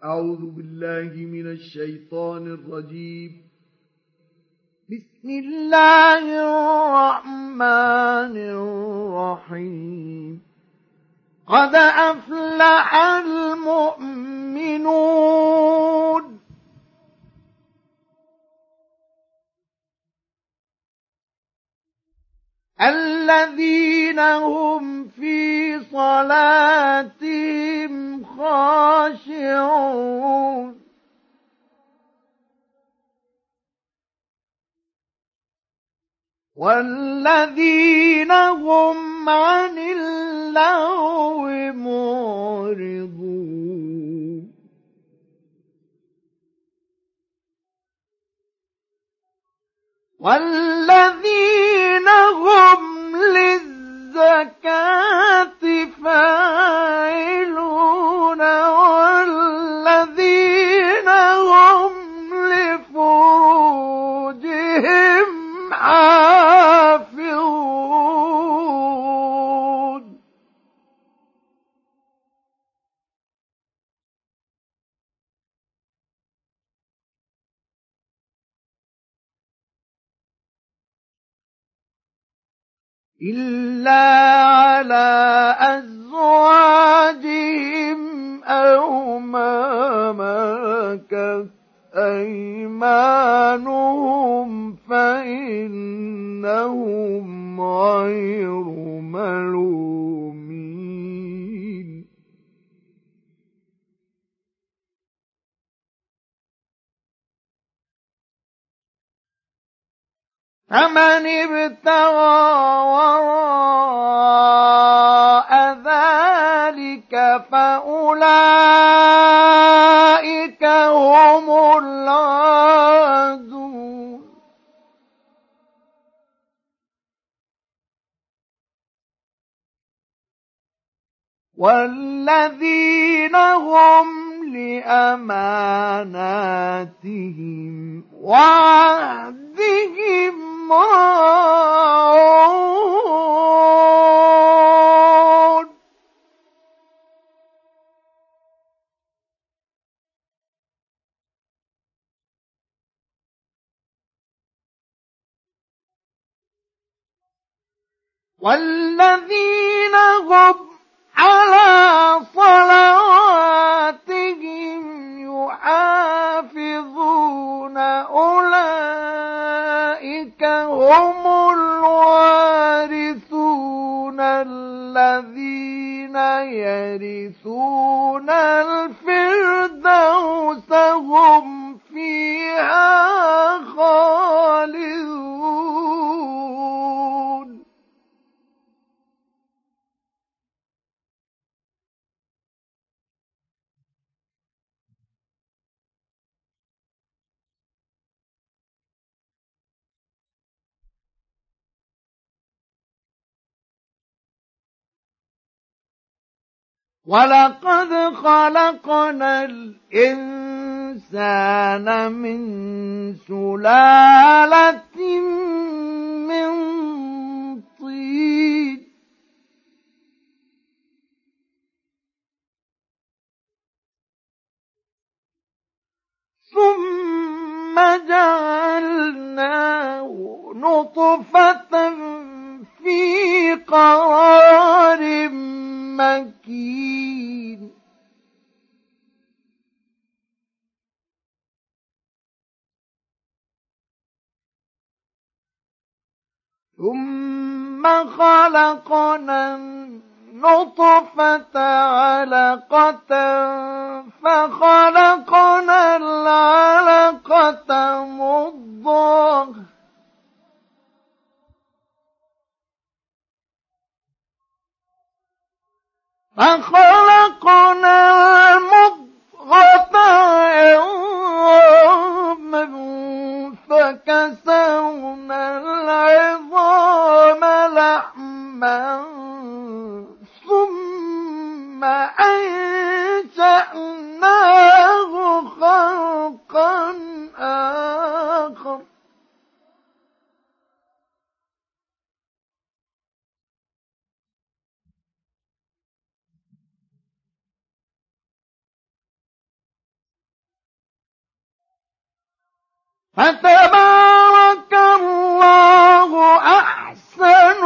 أعوذ بالله من الشيطان الرجيم. بسم الله الرحمن الرحيم. قد أفلح المؤمنون الذين هم في صلاتهم خاشعون والذين هم عن اللغو معرضون والذين هم للزكاة فاعلون والذين هم لفروجهم حافظون إلا على أزواجهم أو ما ملكت أيمانهم فإنهم غير ملومين فمن ابتغى وراء ذلك فأولئك هم العادون والذين هم لأماناتهم وعهدهم راعون والذين هم على صلواتهم يحافظون أولئك هم الوارثون الذين يرثون الفردوس هم فيها خالدون ولقد خلقنا الإنسان من سلالة من طين ثم جعلناه نطفة في قرار مكين ثم خلقنا النطفة علقة فخلقنا العلقة مضغة فخلقنا المضغة عظاما فكسونا العظام لحما ثم أنشأناه خلقا آخر فتبارك الله أحسن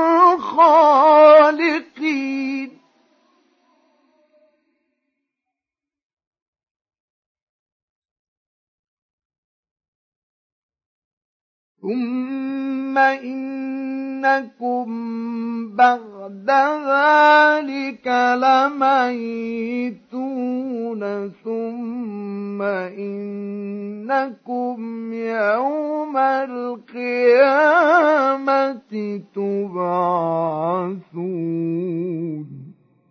الخالقين. ثم إنكم بعد ذلك لميتون ثم إنكم يوم القيامة تبعثون.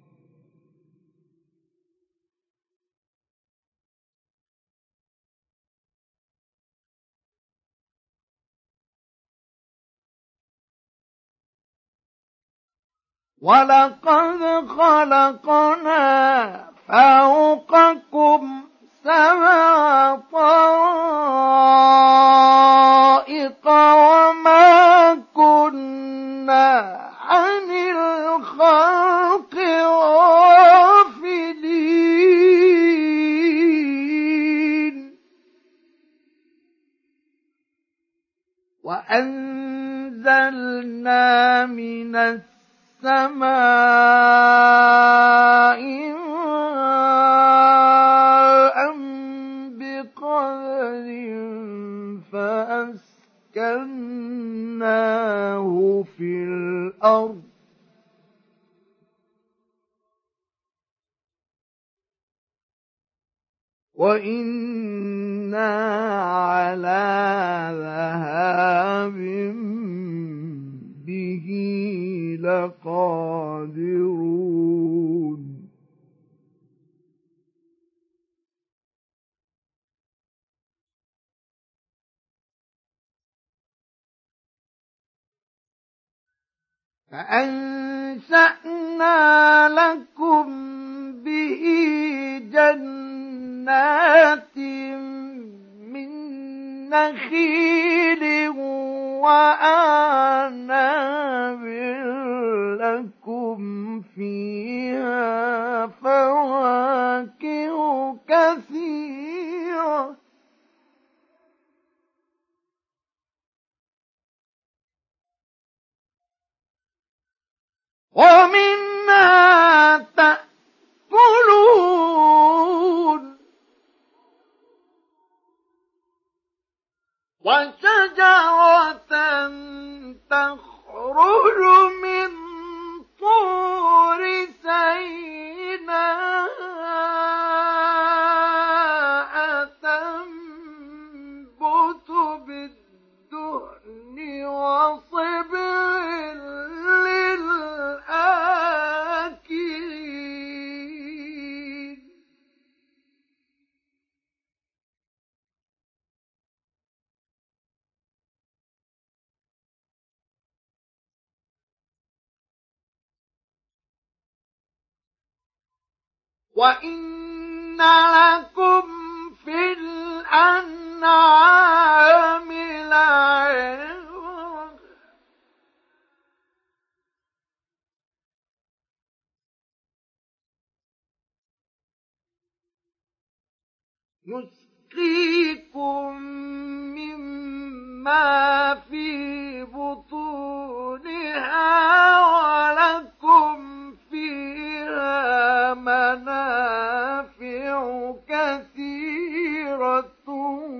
ولقد خلقنا فوقكم سبع طرائق وما كنا عن الخلق غافلين. وأنزلنا من السماء ماء بقدر فأسكناه في الأرض وإنا على ذهاب به لقادرون. فأنشأنا لكم به جنات من نخيل وأعناب لكم فيها فواكه كثيرة ومنها تأكلون وشجرة تخرج من طور سيناء تنبت بالدهن وصبغ للآكلين. وإن لكم في الأنعام لعبرة نسقيكم مما في بطونها ولكم فيها منافع كثيرة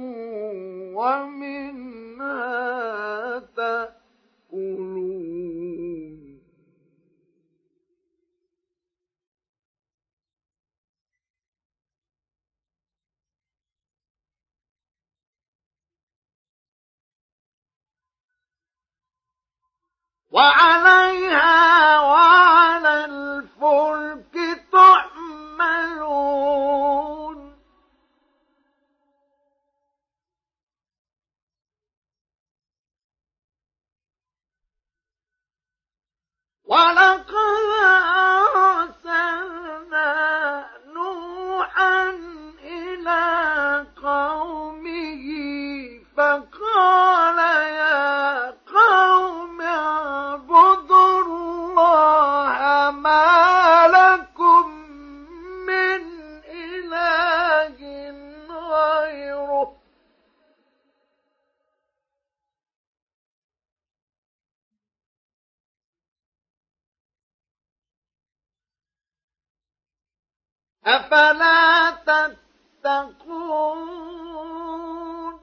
ومنها تأكلون. وعليها وعلى الفلك تحملون. ولقد أرسلنا نوحا إلى قومه فقال يا قوم اعبدوا الله ما لكم من إله غيره أفلا تتقون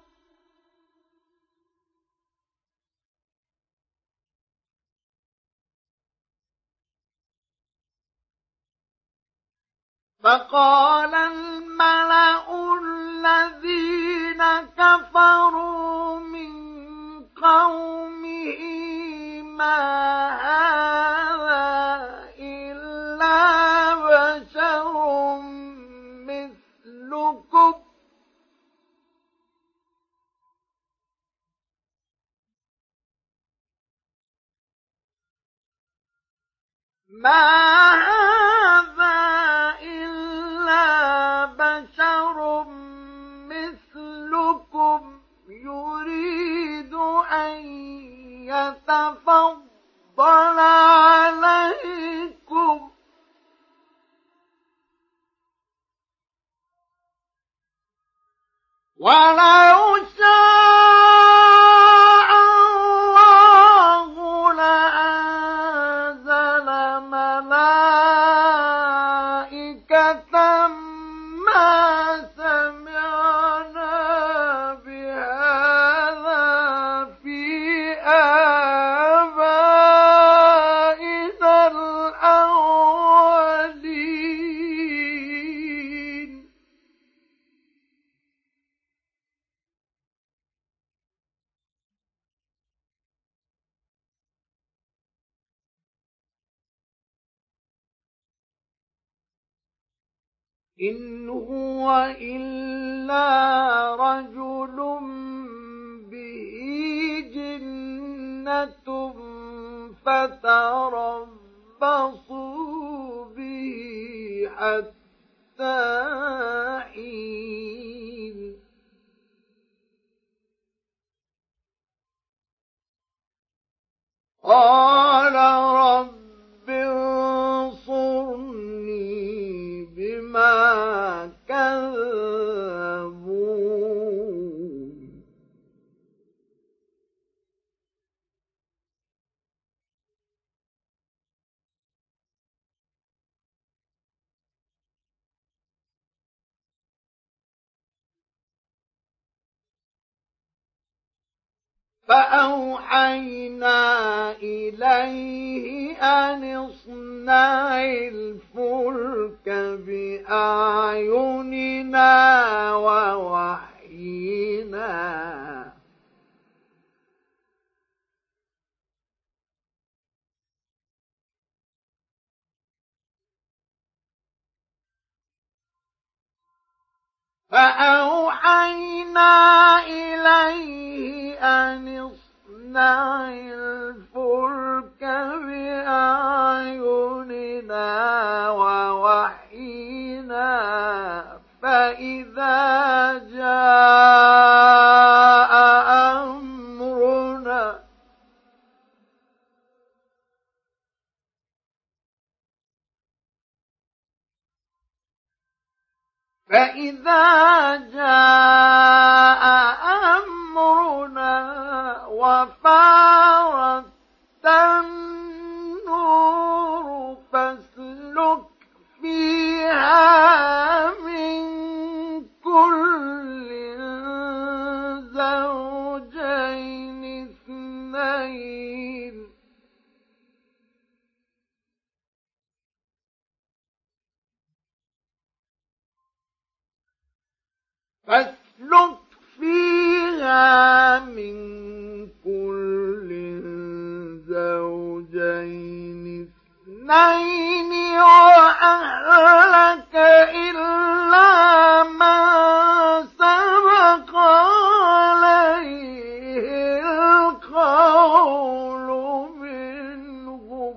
فقال الملأ الذين كفروا من قومه ما هذا إلا بشر مثلكم ما هذا إلا بشر مثلكم يريد أن يتفضل عليكم ولو شاء الله لأنزل ملائكة ما سمعنا بهذا في آبائنا الأولين إن هو إلا رجل به جنة فتربصوا به حتى حين قال رب انصرني بما كذبون فأوحينا إليه أن اصنع الفلك بأعيننا ووحينا إليه أن اصنع الفلك بأعيننا ووحينا فإذا جاء أمرنا وفارت النور فاسلك فيها من كل زوجين اثنين فاسلك فيها من كل زوجين اثنين وأهلك إلا من سبق عليه القول منهم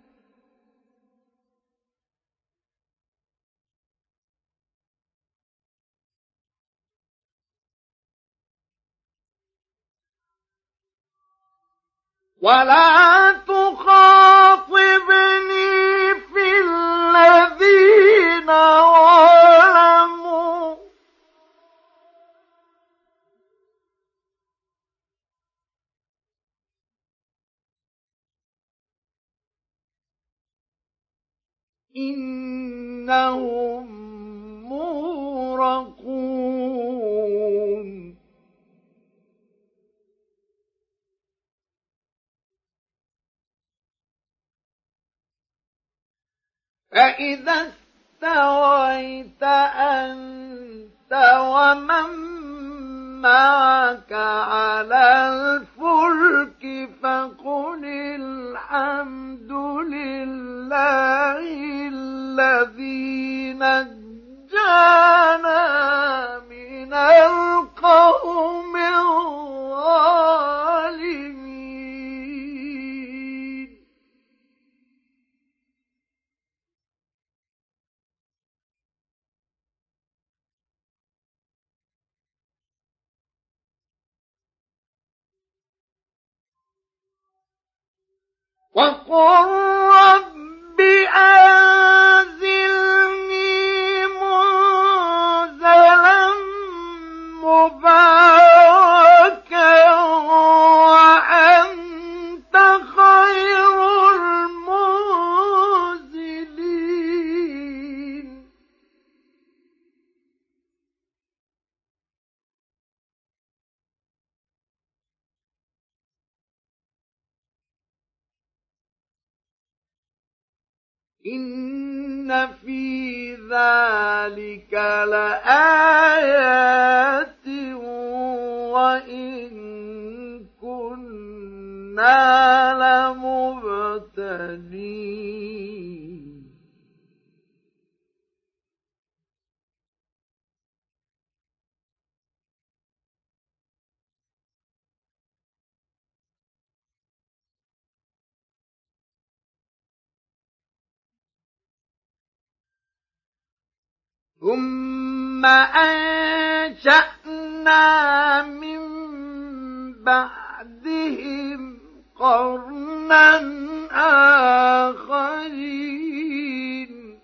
ولا تخاطبني في الذين ظلموا إنهم فإذا استويت أنت ومن معك على الفلك فقل الحمد لله الذي نجانا من القوم الظالمين. وقل رب أنزلني منزلا مباركا وأنت خير المنزلين. إن في ذلك لآيات وإن كنا لمبتلين. ثم أنشأنا من بعدهم قرنا آخرين.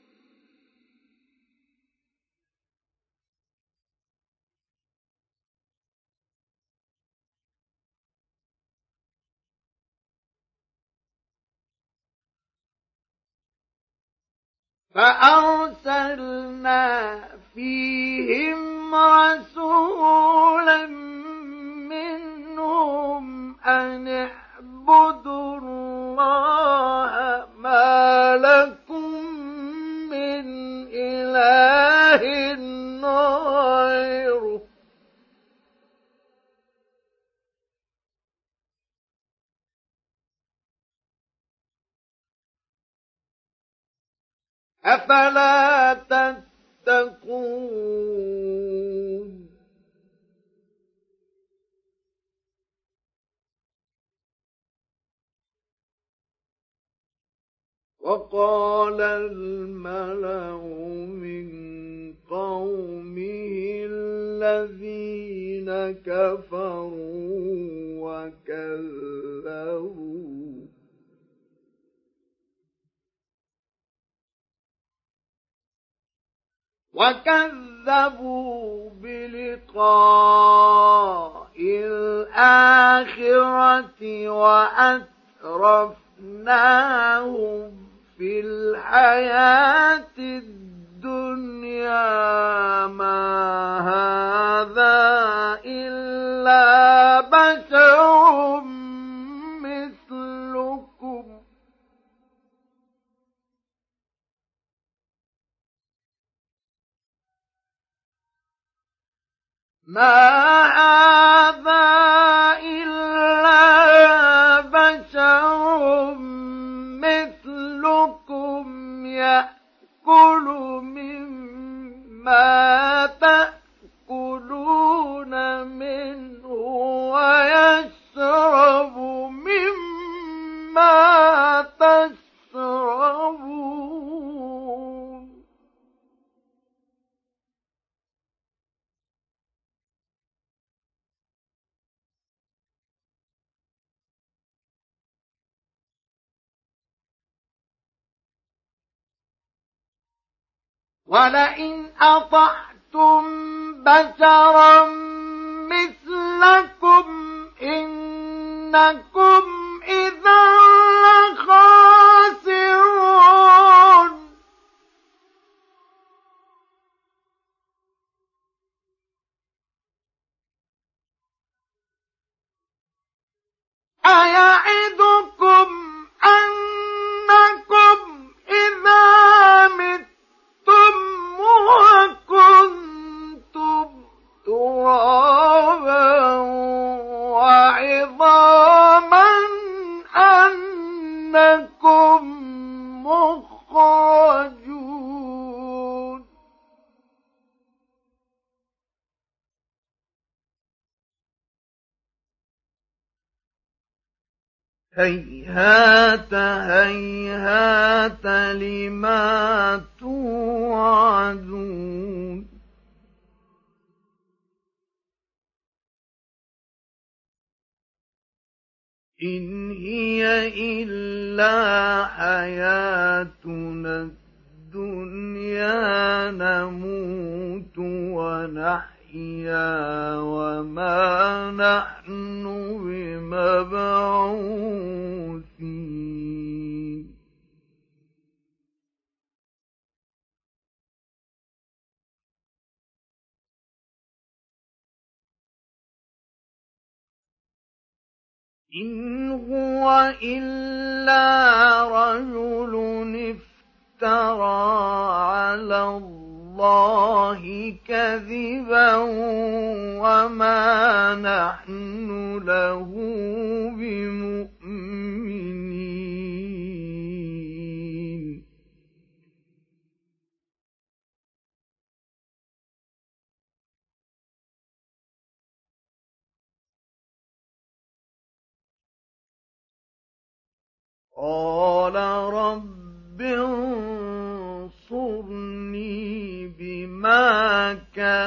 فأرسلنا فيهم رسولا منهم أن اعبدوا الله ما لكم من إله غيره أفلا تتقون. وقال الملأ من قومه الذين كفروا وكذبوا بلقاء الآخرة وأترفناهم في الحياة الدنيا ما هذا إلا بشر مثلكم ما هذا إلا بشر مثلكم يأكل مما تأكلون منه ويشرب مما تشربون. ولئن أطعتم بشرا مثلكم إنكم إذا لخاسرون. أيعدكم أنكم إذا هيهات هيهات لما توعدون إن هي إلا حياتنا الدنيا نموت ونحيا وما نحن بمبعوثين إن هو إلا رجل افترى على الله كذبا وما نحن له بمؤمنين قال رب انصرني بما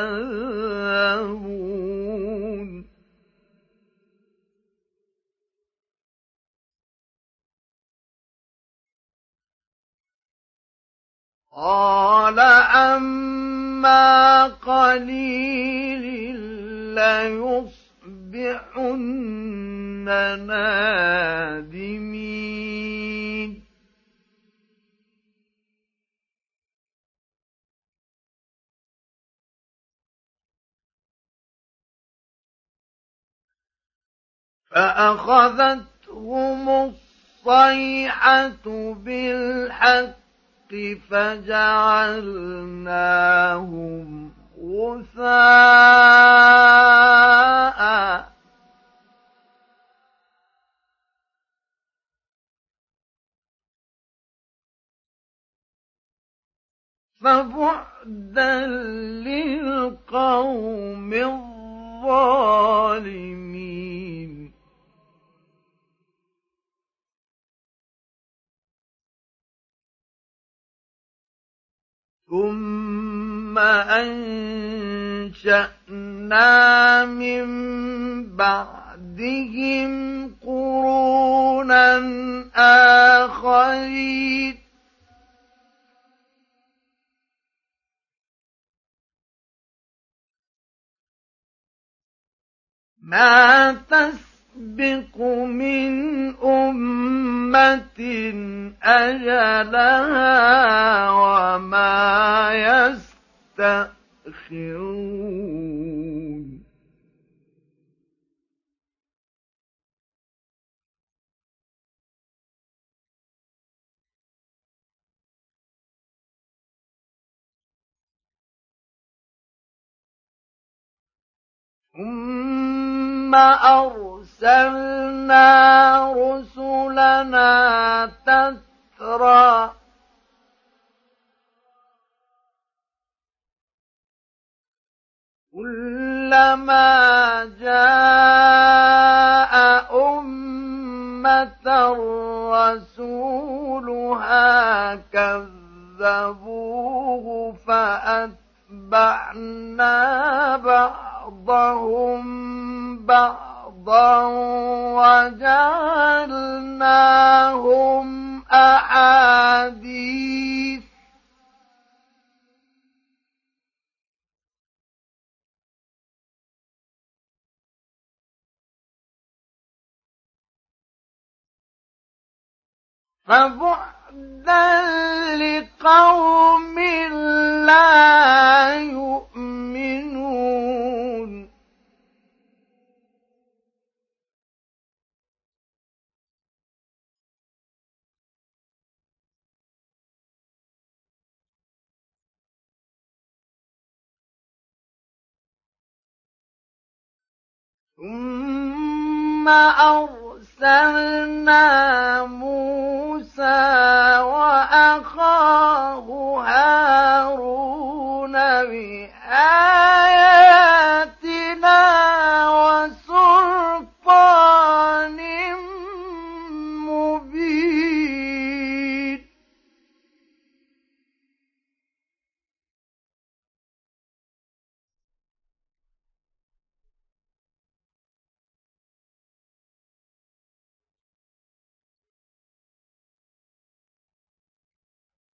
كذبون قال أما قليل ليصبحن نادمين فأخذتهم الصيحة بالحق فجعلناهم غثاء فبعدا للقوم الظالمين ثم أنشأنا من بعدهم قرونا آخرين ما تسبق من أمة أجلها وما يستأخرون ثم أرسلنا رسلنا تترى كلما جاء أمة رسولها كذبوه فأتبعنا بعضهم بعضا وجعلناهم أحاديث فبعدا لقوم لا يؤمنون ثم أرسلنا موسى وأخاه هارون بآياتنا وسلطان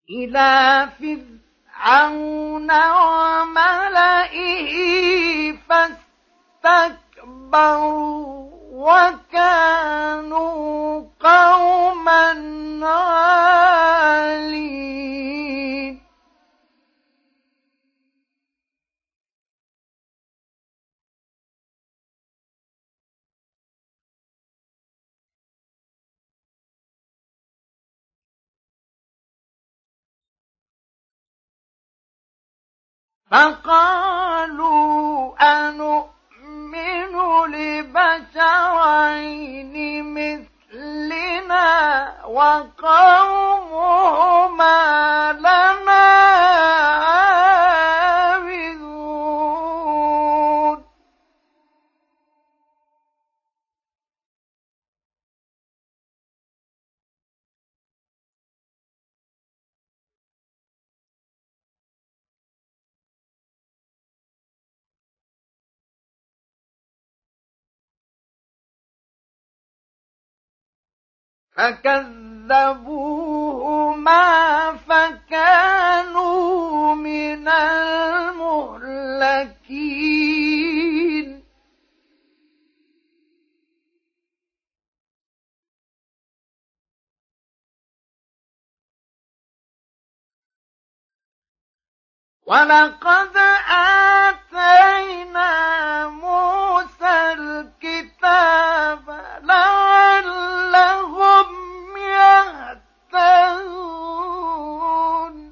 إلى فرعون وملئه فاستكبروا وكانوا قوما عالين. فقالوا أنؤمن لبشرين مثلنا وقومهما لنا عابدون. فكذبوهما فكانوا من المهلكين. ولقد آتينا موسى الكتاب لعلهم يهتدون.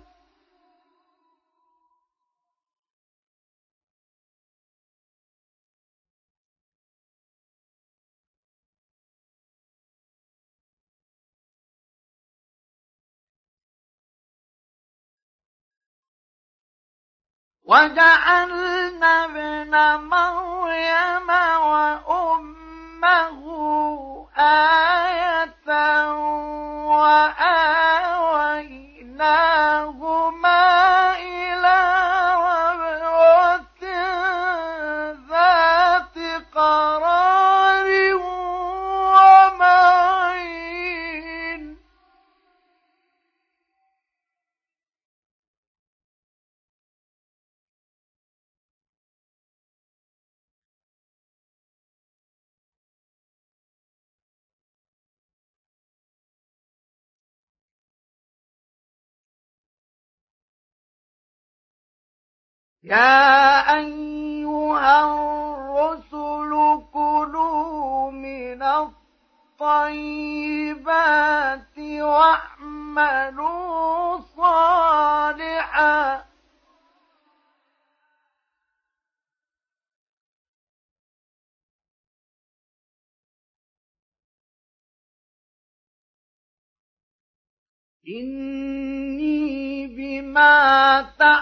وجعلنا ابن مريم وأمه آية وآويناهما إلى ربوة ذات قرار ومعين. يا أيها الرسل كلوا من الطيبات واعملوا صالحا إني بما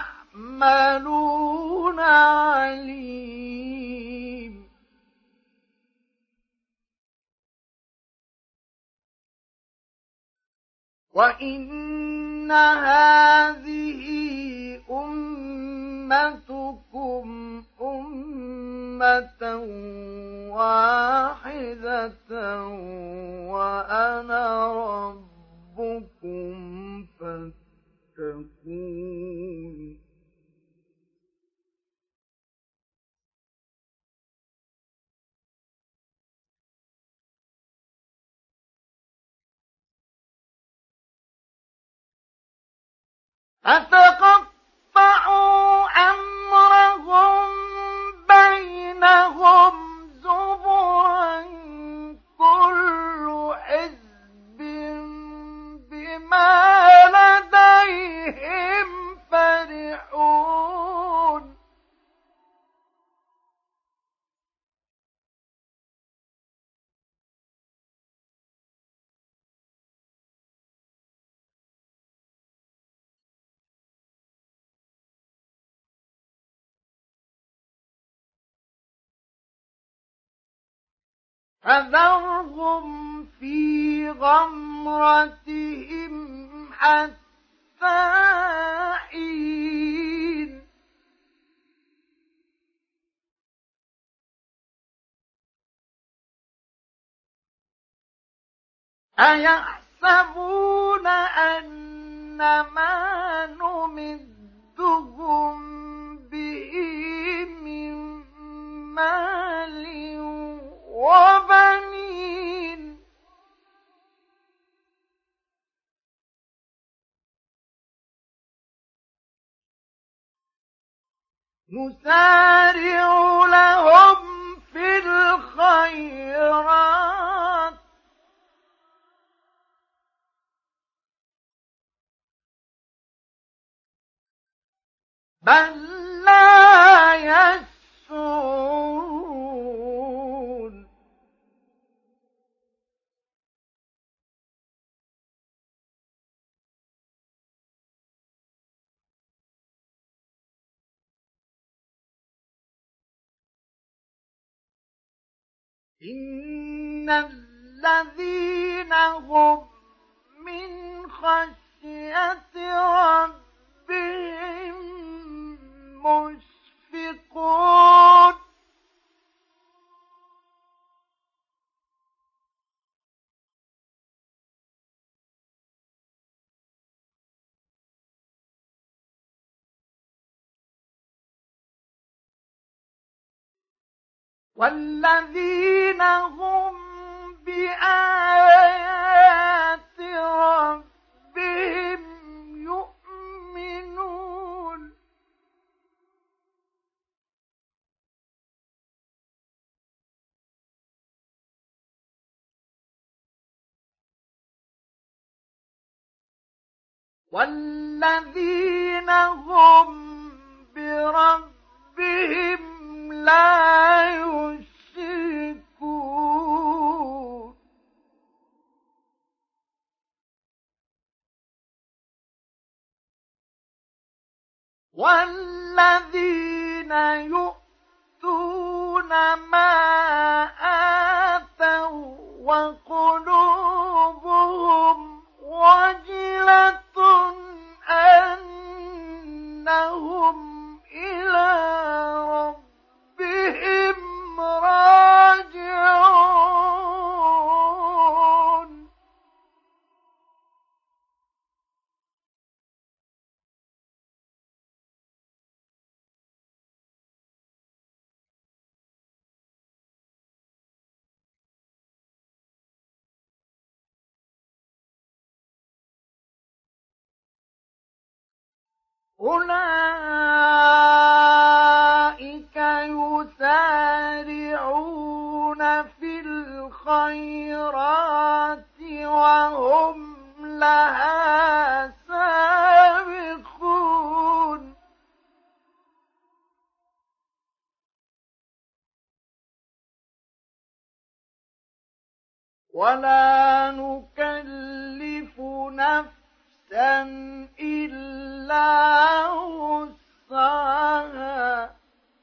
تعملون عليم. وإن هذه أمتكم أمة واحدة وأنا ربكم فاتقون. فتقطعوا أمرهم بينهم زبرا كل حزب بما لديهم فرحون. فذرهم في غمرتهم حتى حين. أيحسبون أن ما نمدهم به من مال وبنين نسارع لهم في الخيرات بل لا يشعرون إن الذين هم من خشية ربهم مشفقون والذين هم بآيات ربهم يؤمنون والذين هم بربهم لا يشركون والذين يؤتون ما آتوا وقلوبهم وجلة أنهم إلى ربهم راجعون أولئك يسارعون في الخيرات وهم لها سابقون ولا نكلف نفسا إلا وسعها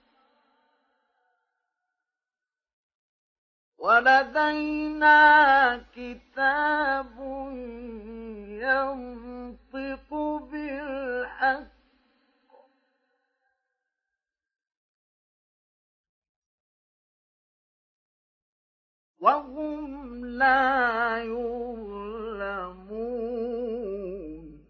ولدينا كتاب ينطق بالحق وهم لا يظلمون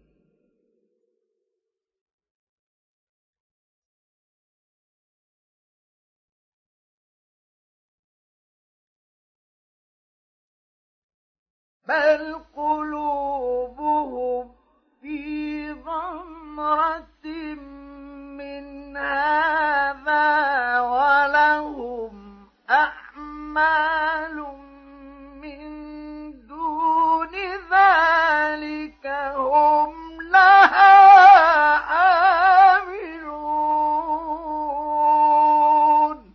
بل قلوبهم في غمرة من هذا ولهم أعمال من دون ذلك هم لها عاملون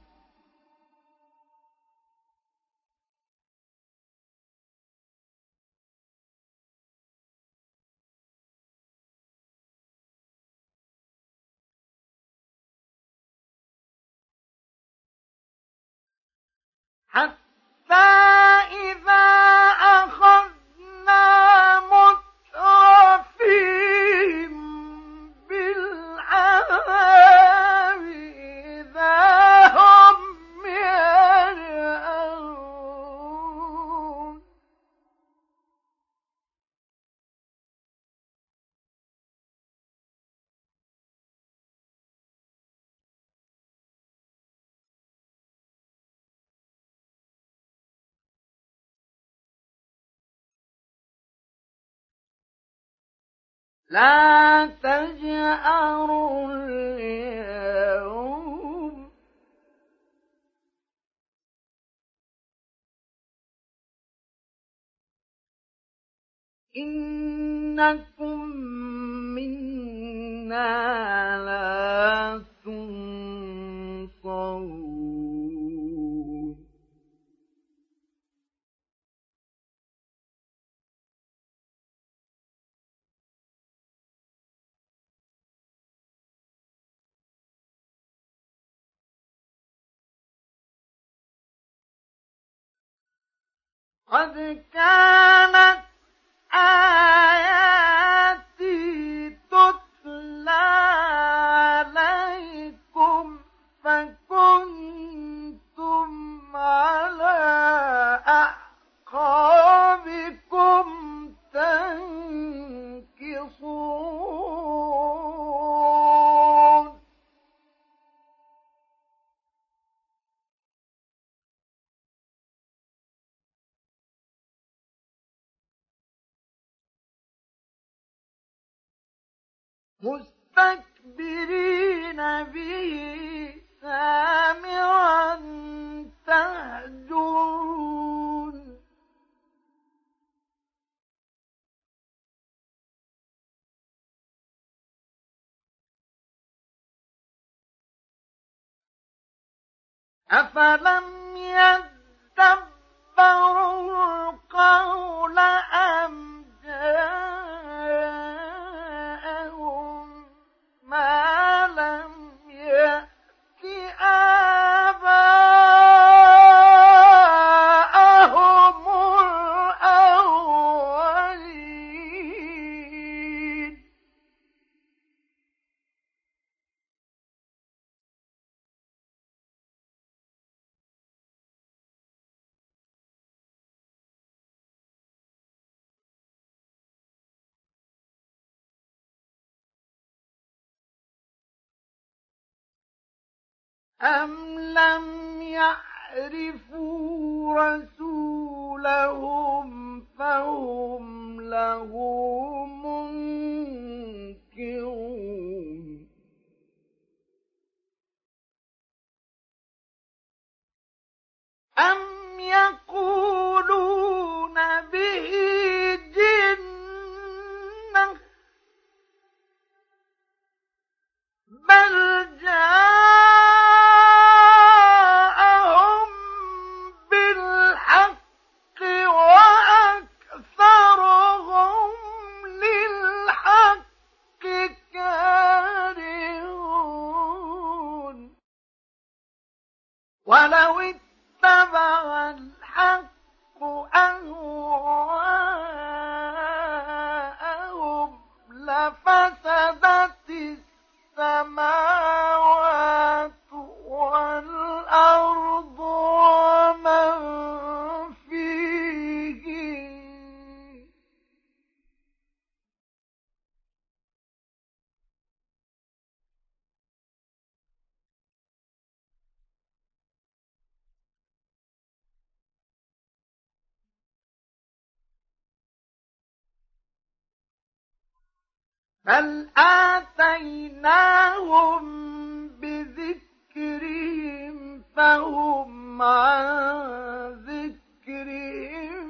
حتى إذا أخذنا مترفيهم بالعذاب إذا هم يجأرون لا تجأروا اليوم إنكم منا لا تنصرون قد كانت آياتي تتلى عليكم فكنتم على أعقابكم تنكصون مستكبرين به سامعا تهجرون أفلم يدبروا القول أم جاءهم ما لم يأت آباءهم الأولين أم لم يعرفوا رسولهم فهم له منكرون أم يقولون به جنة بل جاءهم بالحق وأكثرهم للحق كارهون ولو اتبع الحق أهواءهم لفسدت السماوات والأرض ومن فيهن بل آتيناهم بذكرهم فهم عن ذكرهم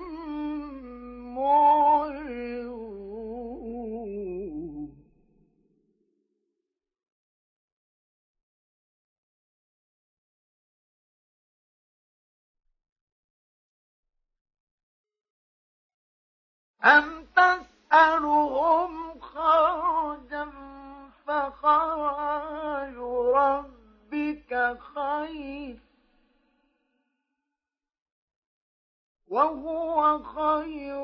معرضون أم تسألهم خرجا فخرج ربك خير وهو خير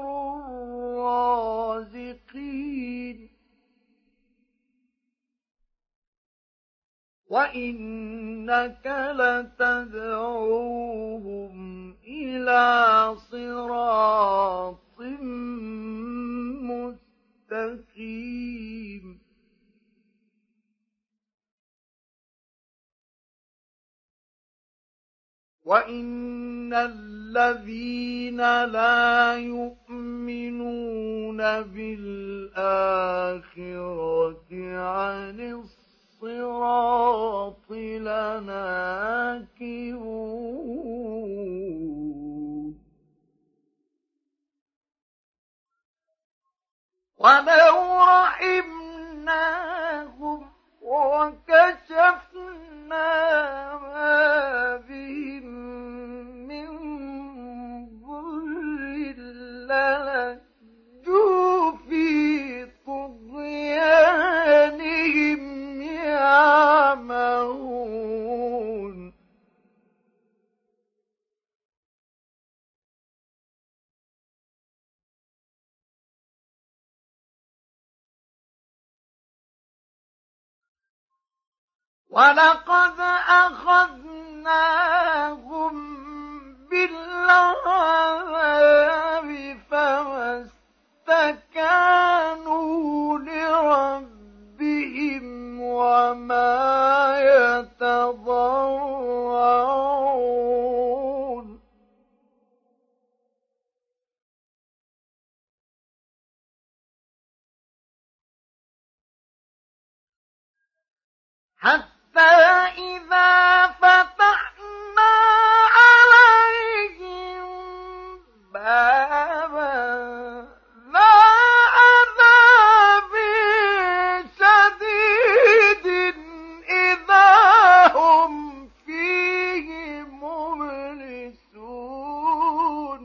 الرازقين وإنك لتدعوهم إلى صراط مستقيم وإن الذين لا يؤمنون بالآخرة عن الصراط لناكبون ولو رحمناهم وكشفنا ما بهم من ضر للجوا في طغيانهم يعمهون ولقد أخذناهم بالعذاب فما استكانوا لربهم وما يتضرعون حتى إذا فتحنا عليهم بابا ذا عذاب شديد إذا هم فيه مبلسون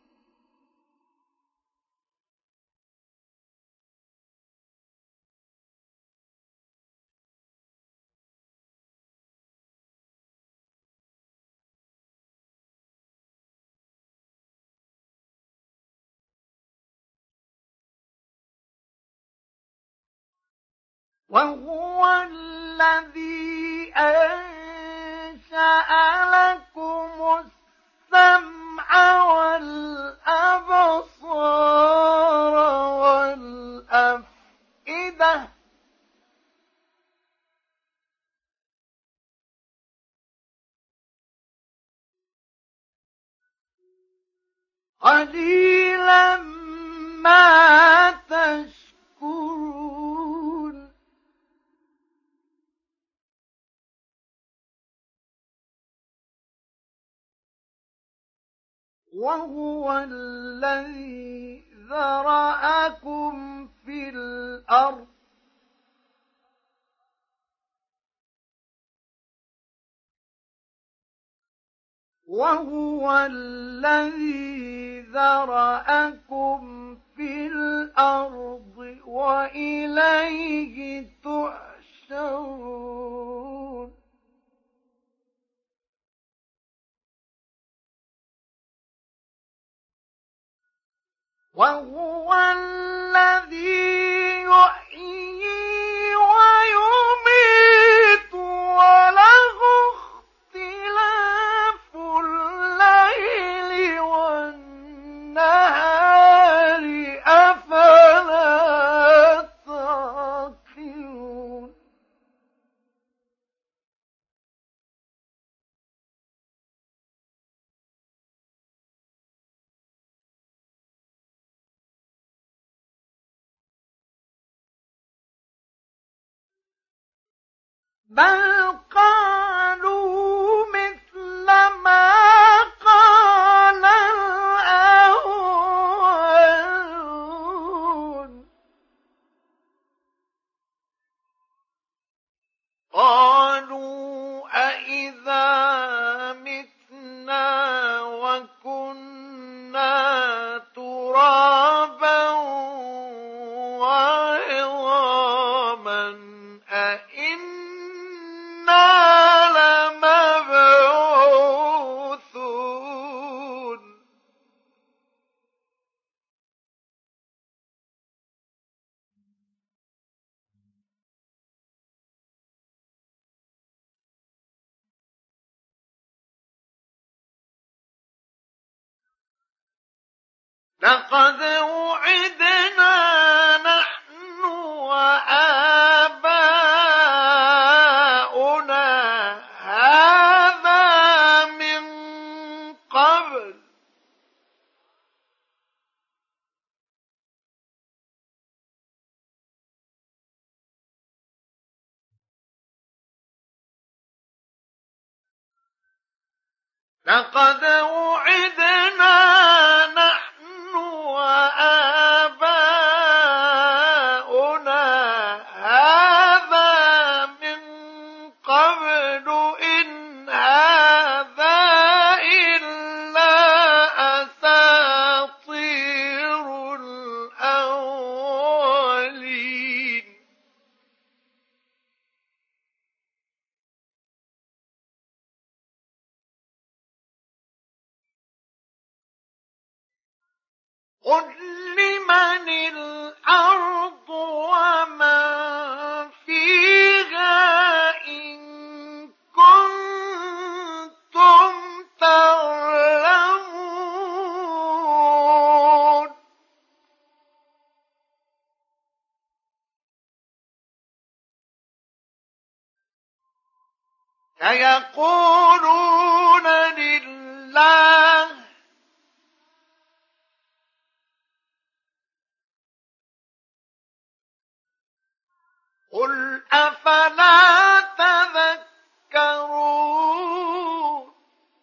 وهو الذي أنشأ لكم السمع والأبصار والأفئدة قليلا ما تشكرون وهو الذي ذرأكم في الأرض وهو الذي ذرأكم في الأرض وإليه تحشرون وهو الذي يحيي ويميت وله اختلاف الليل والنهار أفلا تعقلون بل قالوا مثل ما قال الأولون قالوا أإذا متنا وكنا ترابا وعظاما أإنا لمبعوثون لقد وعدنا نحن وآباؤنا هذا من قبل لقد وعدنا نحن وآباؤنا هذا من قبل إن هذا إلا أساطير الأولين. قل لمن الأرض ومن فيها إن كنتم تعلمون. سيقولون لله. قل أفلا تذكرون.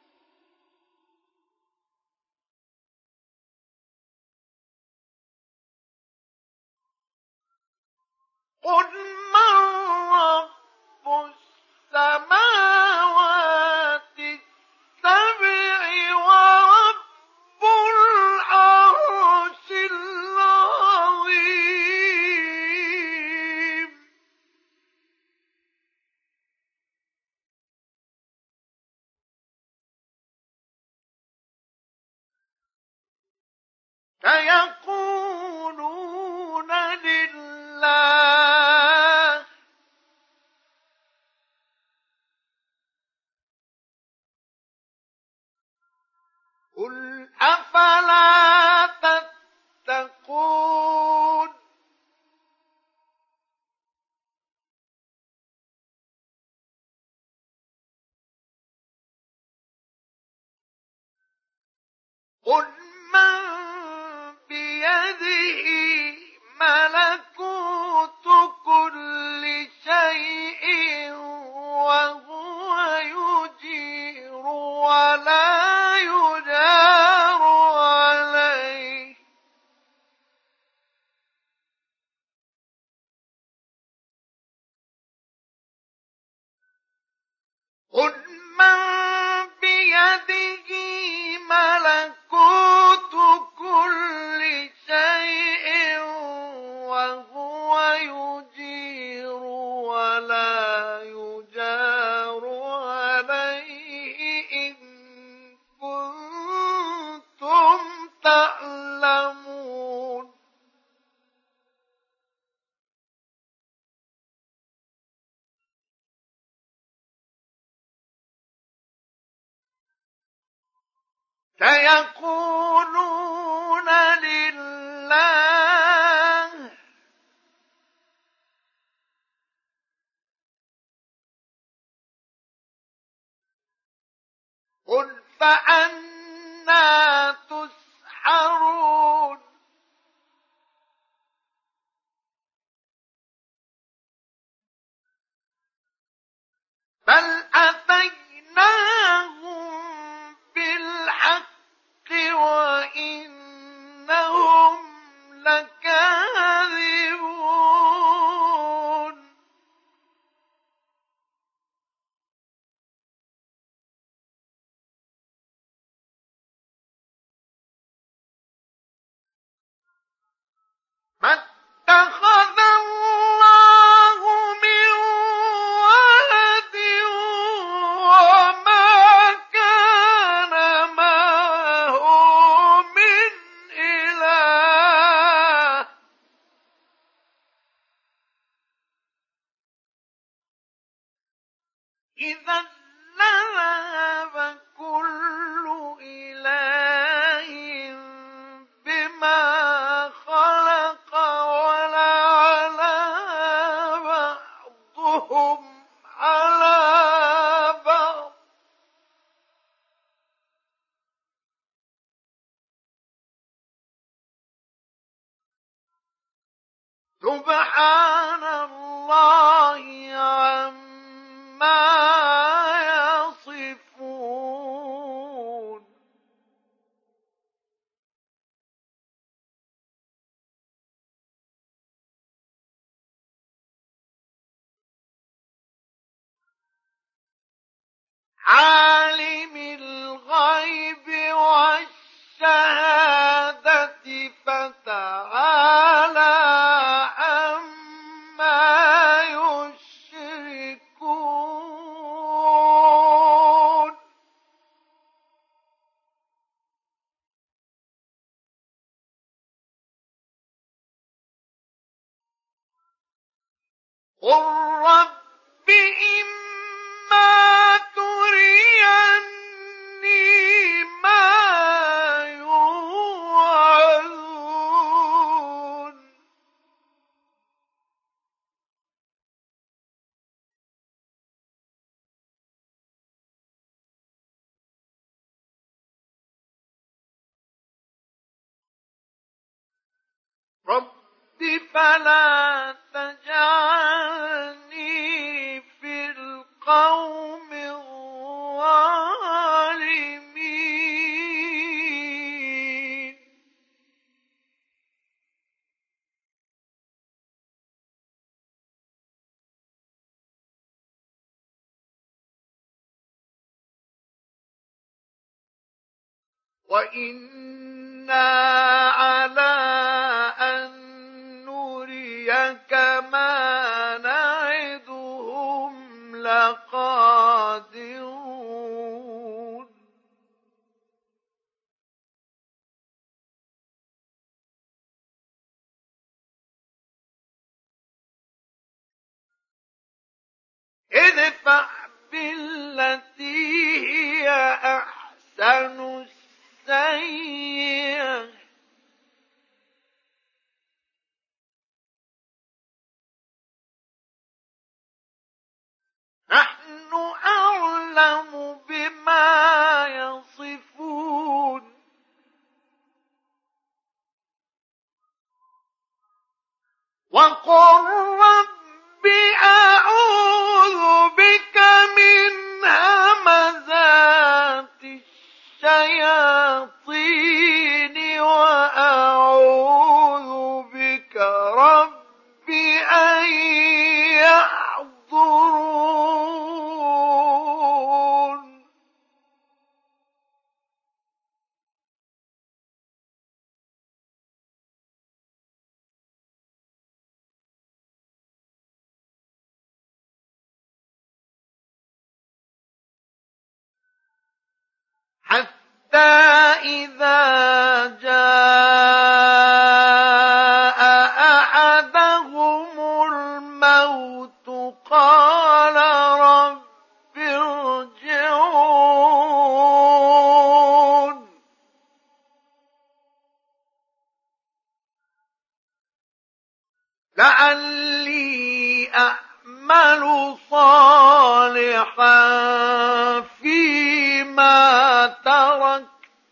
قل من رب السماوات السبع ورب العرش العظيم. سيقولون لله. قل أفلا تتقون. قل من بيده ملكوت كل شيء وهو يجير ولا يجار عليه. قل من بيده ملكوت كل شيء وهو يجير ولا يجار عليه إن كنتم تعلمون. سيقولون لله. قل فأنى تسحرون. بل أتيناهم بالحق وإنهم لكاذبون. ما اتخذ الله من ولد وما كان معه من إله. إذا لذهب كل إله بما خلق ولعلى بعضهم على بعض. سبحان الله عما يصفون. عالم الغيب والشهادة فتعالى عما يشركون قل رب إما تريني ما يوعدون رب فلا تجعلني في القوم الظالمين وإنا على أن نريك ما نعدهم لقادرون ادفع بالتي هي أحسن السيئة نحن أعلم بما يصفون وقل رب أعوذ بك من همزات الشياطين وأعوذ بك رب أن يحضرون حتى إذا جاء أحدهم الموت قال رب ارجعون لعلي أعمل صالحا فيما ترك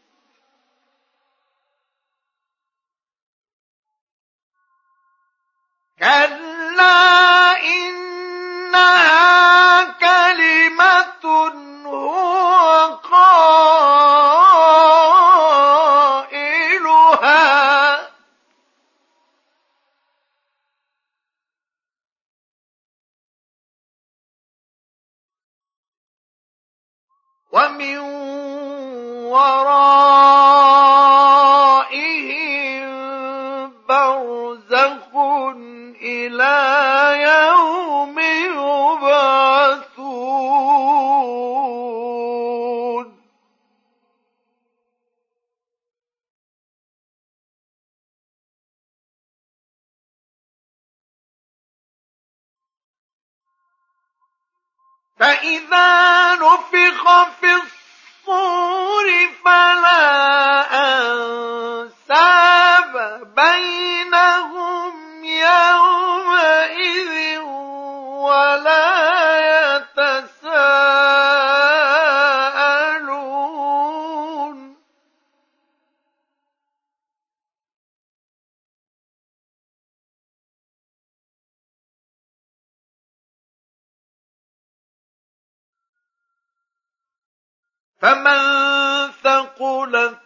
كلا إنها كلمة هو قائلها ومن ورائهم برزخ إلى يوم يبعثون فإذا نفخ في الصور فلا أنساب بينهم يومئذ ولا يتساءلون فمن ثقلت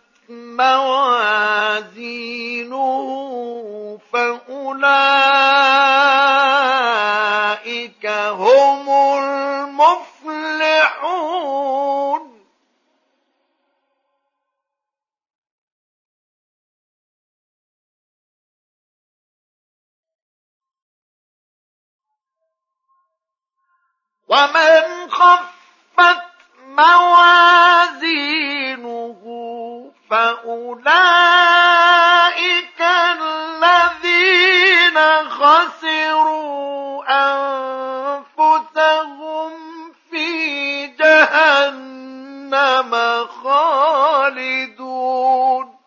موازينه فأولئك هم المفلحون ومن خفت موازينه فأولئك الذين خسروا أنفسهم في جهنم خالدون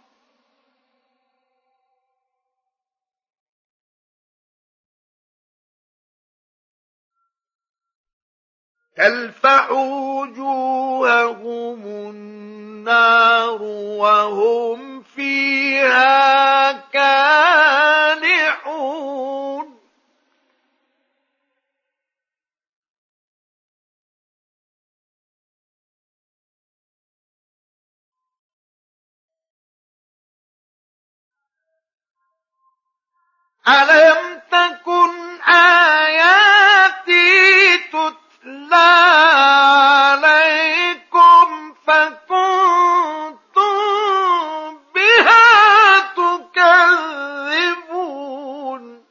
تلفح وجوههم النار وهم فيها كالحون ألم تكن آياتي تتلى عليكم فكنتم بها تكذبون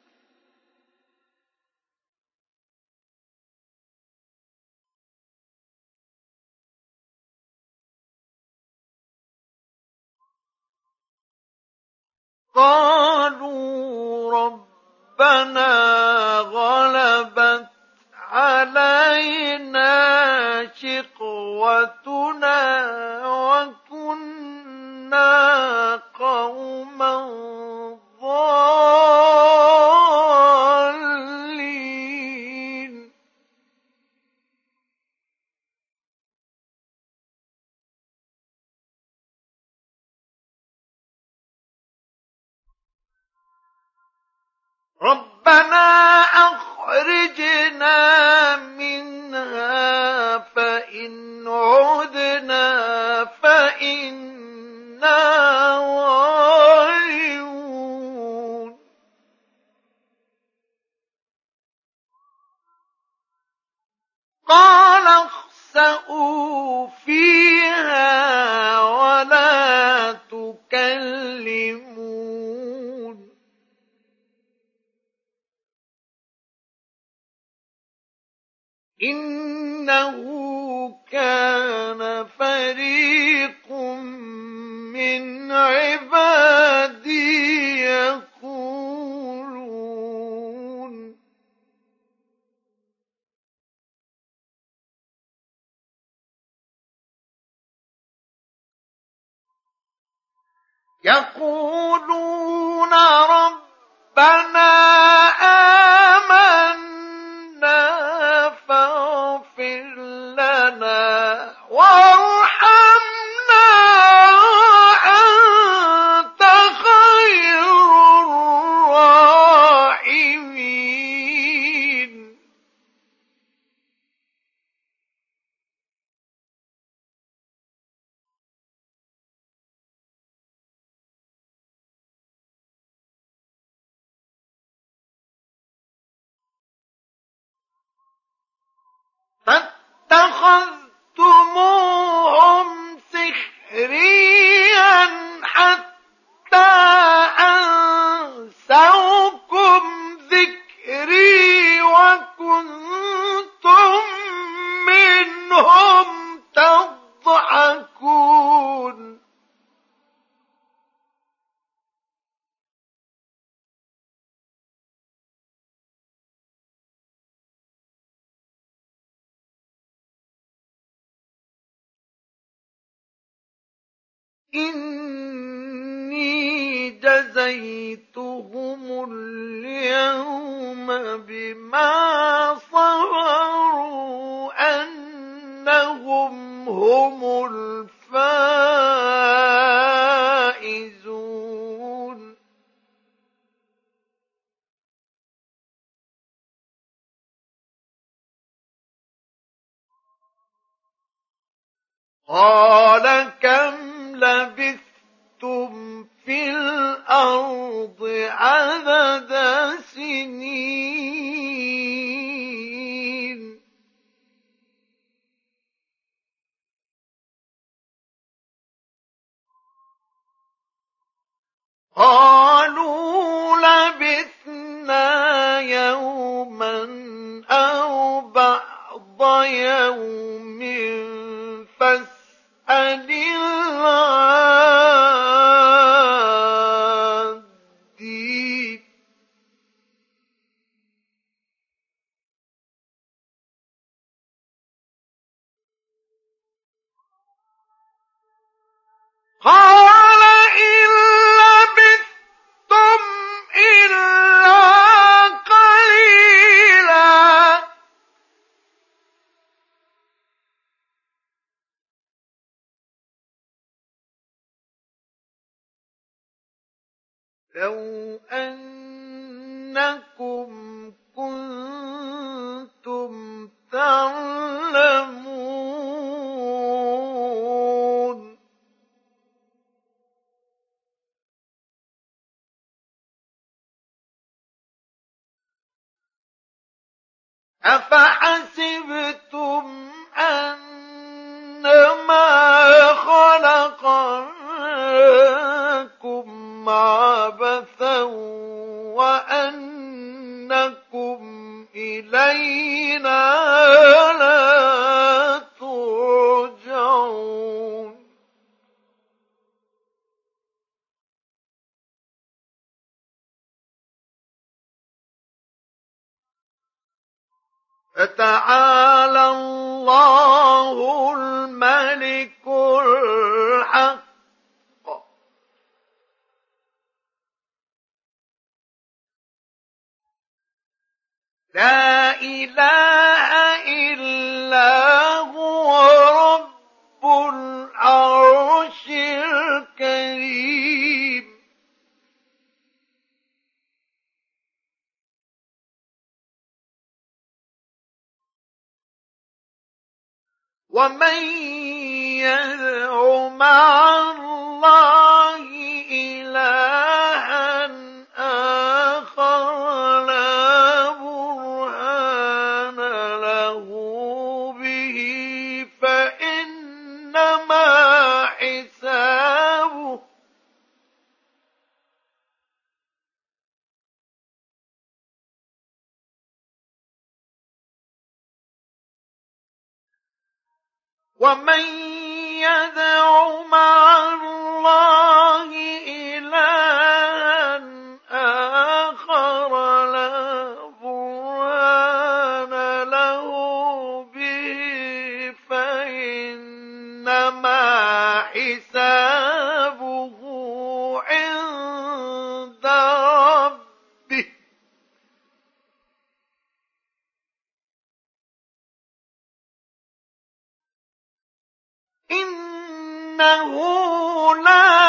قالوا ربنا غلبت علينا شقوتنا وكنا قوما ضالين ربنا أخرجنا منها فإن عدنا فإنا ظالمون قال اخسئوا فيها ولا تكلمون إنه كان فريق من عبادي يقولون ربنا آمنا فاغفر لنا وارحمنا وأنت خير الراحمين فاتخذتموهم سخريا حتى أنسوكم ذكري وكنتم منهم تضحكون إني جزيتهم اليوم بما صبروا أنهم هم الفائزون قال كم لبثتم في الأرض عدد سنين قالوا لبثنا يوما أو بعض يوم فاسأل العادين قال إن لبثتم إلا قليلا لو أنكم كنتم تعلمون أفحسبتم أنما خلقناكم عبثا وأنكم إلينا لا ترجعون فتعالى الله الملك الحق لا إله إلا هو رب العرش الكريم ومن يدع مع الله إلها آخر لا برهان له به فإنما حسابه ومن يدع مع الله إلها آخر لا برهان له به فإنما حسابه عند ربه إنه لا